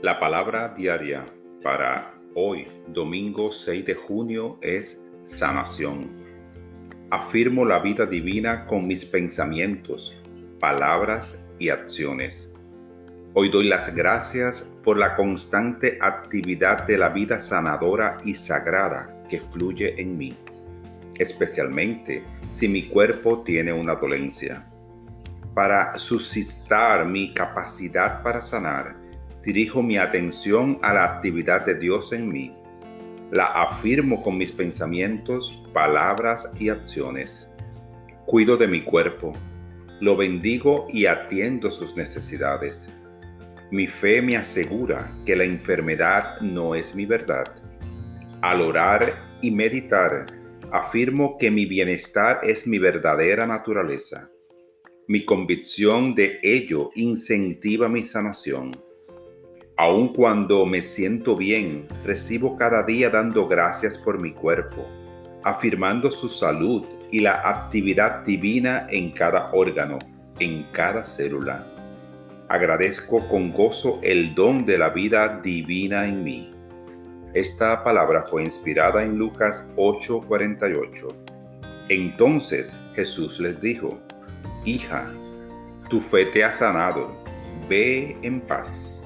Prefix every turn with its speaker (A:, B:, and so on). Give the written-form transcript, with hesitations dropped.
A: La palabra diaria para hoy, domingo 6 de junio, es sanación. Afirmo la vida divina con mis pensamientos, palabras y acciones. Hoy doy las gracias por la constante actividad de la vida sanadora y sagrada que fluye en mí, especialmente si mi cuerpo tiene una dolencia. Para suscitar mi capacidad para sanar, dirijo mi atención a la actividad de Dios en mí. La afirmo con mis pensamientos, palabras y acciones. Cuido de mi cuerpo, lo bendigo y atiendo sus necesidades. Mi fe me asegura que la enfermedad no es mi verdad. Al orar y meditar, afirmo que mi bienestar es mi verdadera naturaleza. Mi convicción de ello incentiva mi sanación. Aun cuando me siento bien, recibo cada día dando gracias por mi cuerpo, afirmando su salud y la actividad divina en cada órgano, en cada célula. Agradezco con gozo el don de la vida divina en mí. Esta palabra fue inspirada en Lucas 8:48. Entonces Jesús les dijo: Hija, tu fe te ha sanado, ve en paz.